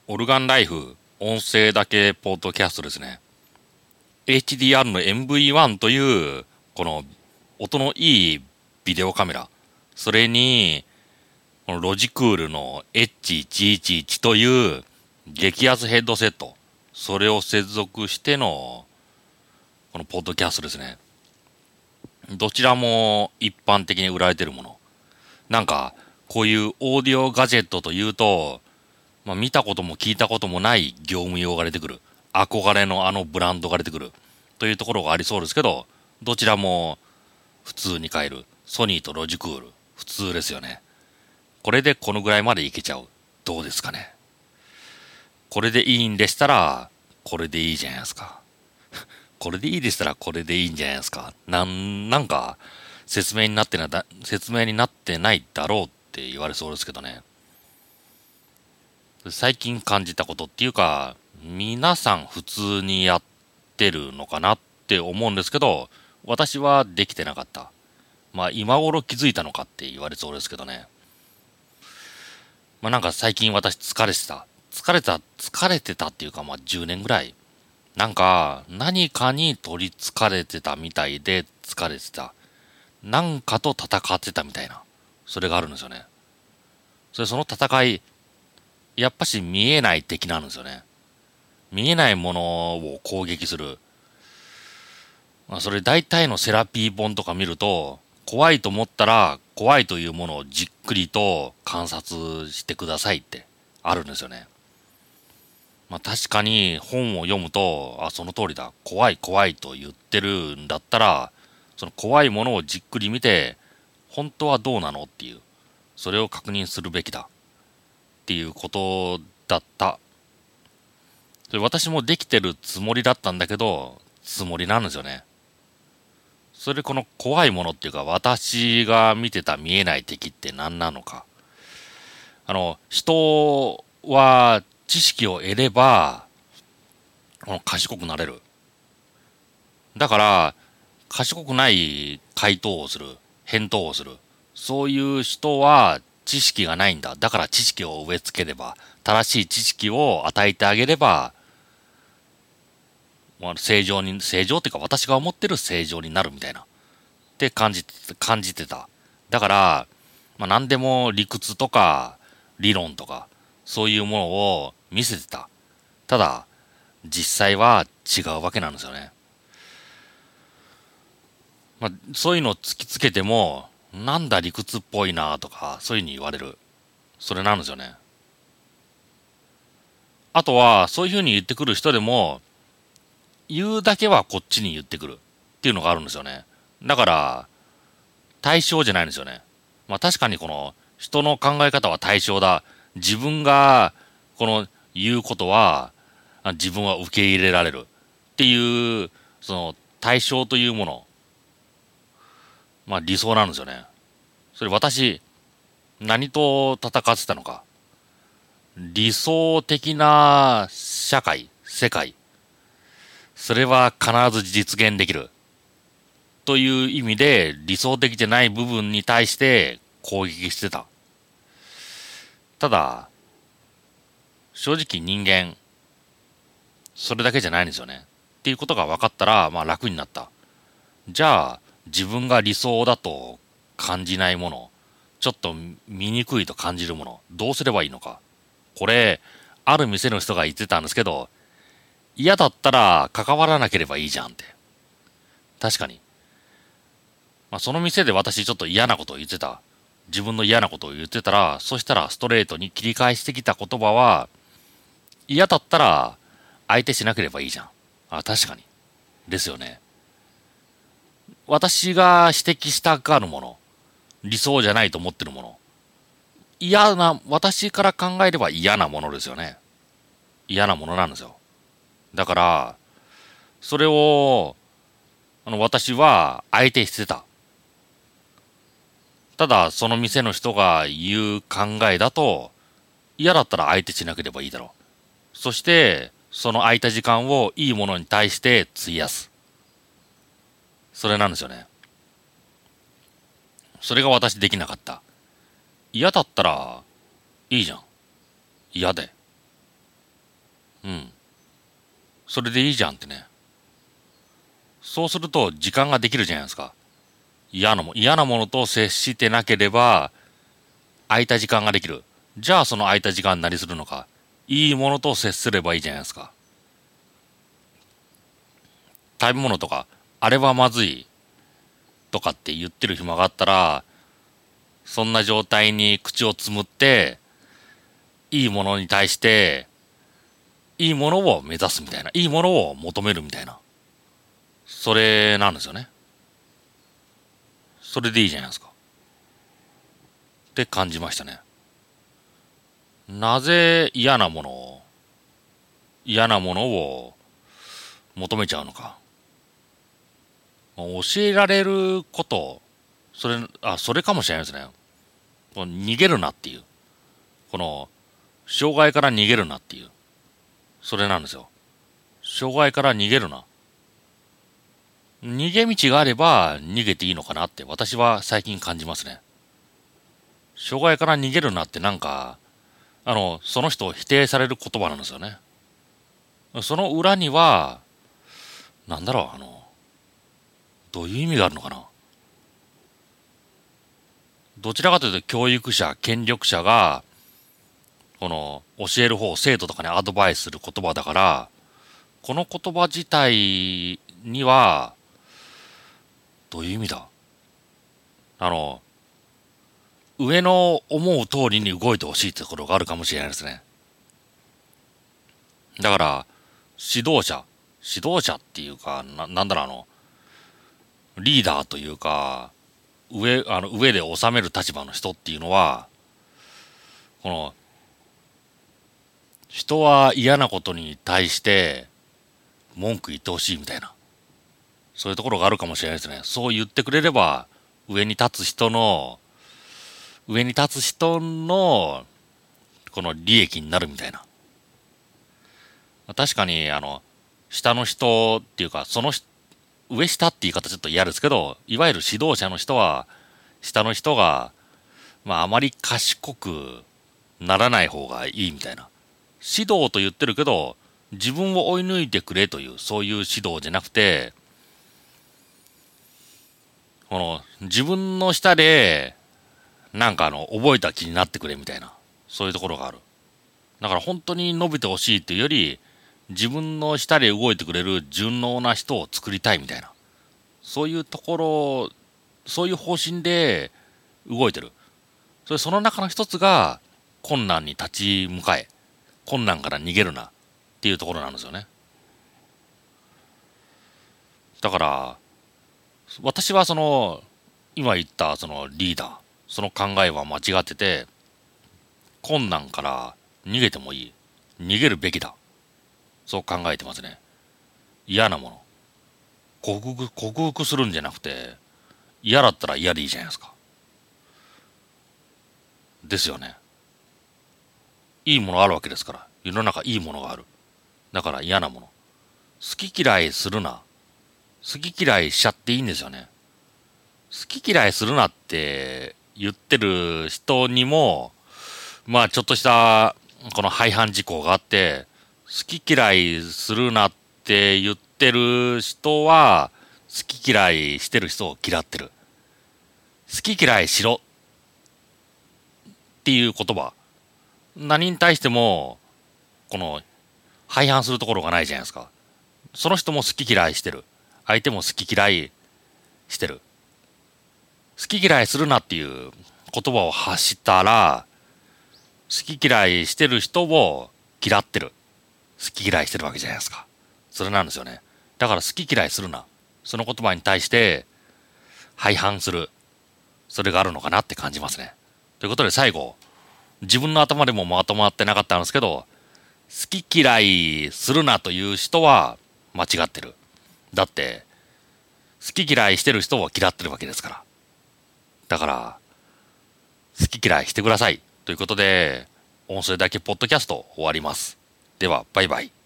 オルガンライフ音声だけポッドキャストですね。HDR の MV1 という、この音のいいビデオカメラ。それに、このロジクールの H111 という激圧ヘッドセット。それを接続しての、このポッドキャストですね。どちらも一般的に売られているもの。なんか、こういうオーディオガジェットというと、見たことも聞いたこともない業務用が出てくる。憧れのあのブランドが出てくる。というところがありそうですけど、どちらも普通に買える。ソニーとロジクール。普通ですよね。これでこのぐらいまでいけちゃう。どうですかね。これでいいんでしたら、これでいいじゃないですか。これでいいでしたらこれでいいんじゃないですか。なんか、説明になってないだろうって言われそうですけどね。最近感じたことっていうか、皆さん普通にやってるのかなって思うんですけど、私はできてなかった。今頃気づいたのかって言われそうですけどね。なんか最近私疲れてた。疲れてたっていうか10年ぐらい。なんか何かに取り憑かれてたみたいで疲れてた。なんかと戦ってたみたいな。それがあるんですよね。その戦い、やっぱし見えない敵なんですよね。見えないものを攻撃する。それ大体のセラピー本とか見ると、怖いと思ったら怖いというものをじっくりと観察してくださいってあるんですよね。確かに本を読むと、その通りだ。怖い怖いと言ってるんだったら、その怖いものをじっくり見て、本当はどうなのっていう、それを確認するべきだっていうことだった。私もできてるつもりだったんだけど、つもりなんですよね。それでこの怖いものっていうか、私が見てた見えない敵って何なのか。人は知識を得れば、賢くなれる。だから、賢くない回答をする。返答をする。そういう人は知識がないんだ。だから知識を植え付ければ、正しい知識を与えてあげれば、正常っていうか私が思ってる正常になるみたいな。って感じてた。だから、何でも理屈とか理論とか、そういうものを見せてた。ただ、実際は違うわけなんですよね。そういうのを突きつけても、なんだ理屈っぽいなとか、そういうふうに言われる。それなんですよね。あとは、そういうふうに言ってくる人でも、言うだけはこっちに言ってくるっていうのがあるんですよね。だから、対象じゃないんですよね。確かにこの人の考え方は対象だ。自分がこの言うことは自分は受け入れられるっていうその対象というもの、理想なんですよね。それ私何と戦ってたのか。理想的な社会、世界。それは必ず実現できる。という意味で理想的じゃない部分に対して攻撃してた。ただ、正直人間、それだけじゃないんですよね。っていうことが分かったら、楽になった。じゃあ、自分が理想だと感じないもの、ちょっと見にくいと感じるもの、どうすればいいのか。これ、ある店の人が言ってたんですけど、嫌だったら関わらなければいいじゃんって。確かに。その店で私ちょっと嫌なことを言ってた。自分の嫌なことを言ってたら、そしたらストレートに切り返してきた言葉は、嫌だったら相手しなければいいじゃん。確かに。ですよね。私が指摘したがるもの、理想じゃないと思ってるもの、私から考えれば嫌なものですよね。嫌なものなんですよ。だから、それを、私は相手してた。ただ、その店の人が言う考えだと、嫌だったら相手しなければいいだろう。そして、その空いた時間をいいものに対して費やす。それなんですよね。それが私できなかった。嫌だったら、いいじゃん。嫌で。 うん。それでいいじゃんってね。そうすると時間ができるじゃないですか。嫌なものと接してなければ空いた時間ができる。じゃあその空いた時間何するのか。いいものと接すればいいじゃないですか。食べ物とか、あれはまずいとかって言ってる暇があったら、そんな状態に口をつむって、いいものに対して、いいものを目指すみたいな。いいものを求めるみたいな。それなんですよね。それでいいじゃないですか。って感じましたね。なぜ嫌なものを求めちゃうのか。教えられること、それかもしれないですね。逃げるなっていう。この、障害から逃げるなっていう。それなんですよ。障害から逃げるな。逃げ道があれば逃げていいのかなって私は最近感じますね。障害から逃げるなってなんか、その人を否定される言葉なんですよね。その裏には、なんだろう、どういう意味があるのかな。どちらかというと教育者、権力者が、教える方、生徒とかにアドバイスする言葉だから、この言葉自体には、どういう意味だ。あの、上の思う通りに動いてほしいってところがあるかもしれないですね。だから、指導者っていうか、なんだろう、リーダーというか、上で治める立場の人っていうのは、この、人は嫌なことに対して文句言ってほしいみたいな、そういうところがあるかもしれないですね。そう言ってくれれば、上に立つ人の、この利益になるみたいな。確かに、下の人っていうか、上下って言い方ちょっと嫌ですけど、いわゆる指導者の人は、下の人が、まああまり賢くならない方がいいみたいな。指導と言ってるけど、自分を追い抜いてくれという、そういう指導じゃなくて、自分の下で、なんか覚えた気になってくれみたいな、そういうところがある。だから本当に伸びてほしいというより、自分の下で動いてくれる順応な人を作りたいみたいな。そういうところ、そういう方針で動いてる。その中の一つが、困難に立ち向かえ。困難から逃げるな。っていうところなんですよね。だから、私は今言ったそのリーダー、その考えは間違ってて、困難から逃げてもいい。逃げるべきだ。そう考えてますね。嫌なもの。克服するんじゃなくて、嫌だったら嫌でいいじゃないですか。ですよね。いいものあるわけですから。世の中いいものがある。だから嫌なもの。好き嫌いするな。好き嫌いしちゃっていいんですよね。好き嫌いするなって言ってる人にも、まあちょっとしたこの廃反事項があって、好き嫌いするなって言ってる人は、好き嫌いしてる人を嫌ってる。好き嫌いしろっていう言葉。何に対しても、この、廃反するところがないじゃないですか。その人も好き嫌いしてる。相手も好き嫌いしてる。好き嫌いするなっていう言葉を発したら、好き嫌いしてる人を嫌ってる。好き嫌いしてるわけじゃないですか。それなんですよね。だから好き嫌いするな。その言葉に対して廃反する。それがあるのかなって感じますね。ということで最後、自分の頭でもまとまってなかったんですけど、好き嫌いするなという人は間違ってる。だって、好き嫌いしてる人を嫌ってるわけですから。だから、好き嫌いしてください。ということで、音声だけポッドキャスト終わります。では、バイバイ。